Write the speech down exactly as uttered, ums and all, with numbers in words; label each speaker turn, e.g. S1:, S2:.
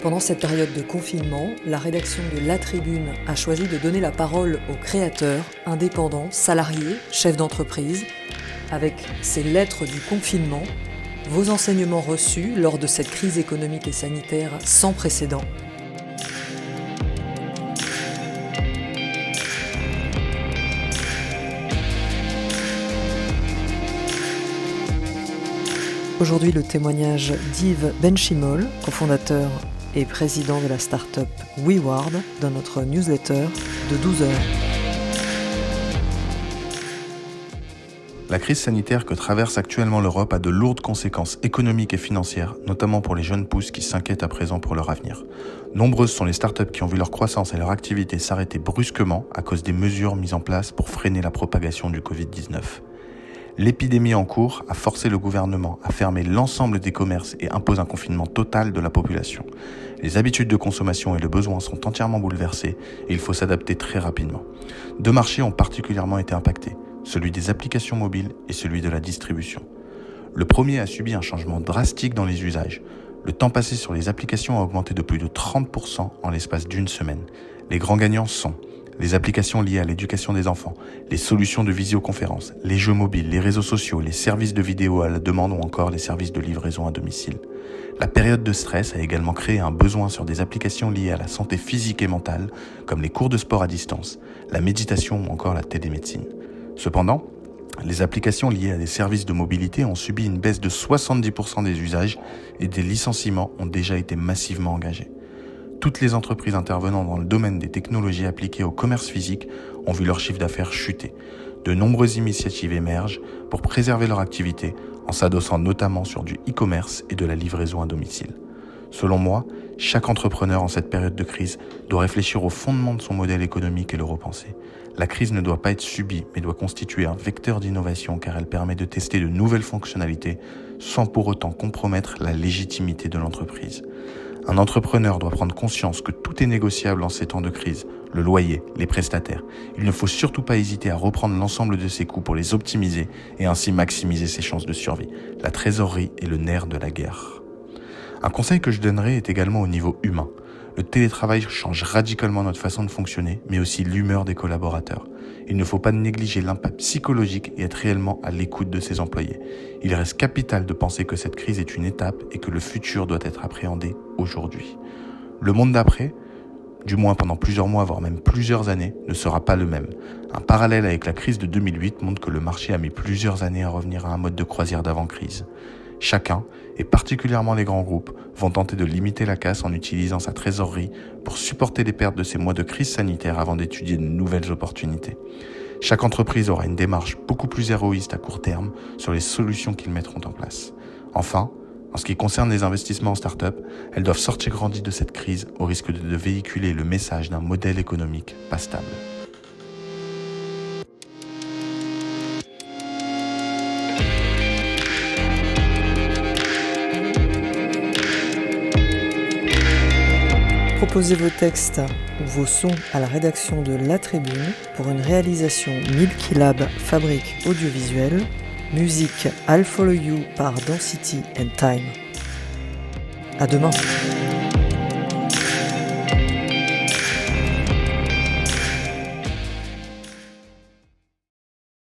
S1: Pendant cette période de confinement, la rédaction de La Tribune a choisi de donner la parole aux créateurs, indépendants, salariés, chefs d'entreprise, avec ces lettres du confinement, vos enseignements reçus lors de cette crise économique et sanitaire sans précédent. Aujourd'hui, le témoignage d'Yves Benchimol, cofondateur et président de la start-up WeWard, dans notre newsletter de douze heures.
S2: La crise sanitaire que traverse actuellement l'Europe a de lourdes conséquences économiques et financières, notamment pour les jeunes pousses qui s'inquiètent à présent pour leur avenir. Nombreuses sont les startups qui ont vu leur croissance et leur activité s'arrêter brusquement à cause des mesures mises en place pour freiner la propagation du covid dix-neuf. L'épidémie en cours a forcé le gouvernement à fermer l'ensemble des commerces et impose un confinement total de la population. Les habitudes de consommation et le besoin sont entièrement bouleversés et il faut s'adapter très rapidement. Deux marchés ont particulièrement été impactés, celui des applications mobiles et celui de la distribution. Le premier a subi un changement drastique dans les usages. Le temps passé sur les applications a augmenté de plus de trente pour cent en l'espace d'une semaine. Les grands gagnants sont les applications liées à l'éducation des enfants, les solutions de visioconférence, les jeux mobiles, les réseaux sociaux, les services de vidéo à la demande ou encore les services de livraison à domicile. La période de stress a également créé un besoin sur des applications liées à la santé physique et mentale, comme les cours de sport à distance, la méditation ou encore la télémédecine. Cependant, les applications liées à des services de mobilité ont subi une baisse de soixante-dix pour cent des usages et des licenciements ont déjà été massivement engagés. Toutes les entreprises intervenant dans le domaine des technologies appliquées au commerce physique ont vu leur chiffre d'affaires chuter. De nombreuses initiatives émergent pour préserver leur activité en s'adossant notamment sur du e-commerce et de la livraison à domicile. Selon moi, chaque entrepreneur en cette période de crise doit réfléchir au fondement de son modèle économique et le repenser. La crise ne doit pas être subie, mais doit constituer un vecteur d'innovation car elle permet de tester de nouvelles fonctionnalités sans pour autant compromettre la légitimité de l'entreprise. Un entrepreneur doit prendre conscience que tout est négociable en ces temps de crise, le loyer, les prestataires. Il ne faut surtout pas hésiter à reprendre l'ensemble de ses coûts pour les optimiser et ainsi maximiser ses chances de survie. La trésorerie est le nerf de la guerre. Un conseil que je donnerai est également au niveau humain. Le télétravail change radicalement notre façon de fonctionner, mais aussi l'humeur des collaborateurs. Il ne faut pas négliger l'impact psychologique et être réellement à l'écoute de ses employés. Il reste capital de penser que cette crise est une étape et que le futur doit être appréhendé aujourd'hui. Le monde d'après, du moins pendant plusieurs mois, voire même plusieurs années, ne sera pas le même. Un parallèle avec la crise de deux mille huit montre que le marché a mis plusieurs années à revenir à un mode de croisière d'avant-crise. Chacun, et particulièrement les grands groupes, vont tenter de limiter la casse en utilisant sa trésorerie pour supporter les pertes de ces mois de crise sanitaire avant d'étudier de nouvelles opportunités. Chaque entreprise aura une démarche beaucoup plus héroïste à court terme sur les solutions qu'ils mettront en place. Enfin, en ce qui concerne les investissements en start-up, elles doivent sortir grandies de cette crise au risque de véhiculer le message d'un modèle économique pas stable.
S1: Proposez vos textes ou vos sons à la rédaction de La Tribune pour une réalisation Milky Lab Fabrique audiovisuelle, musique I'll Follow You par Density and Time. À demain.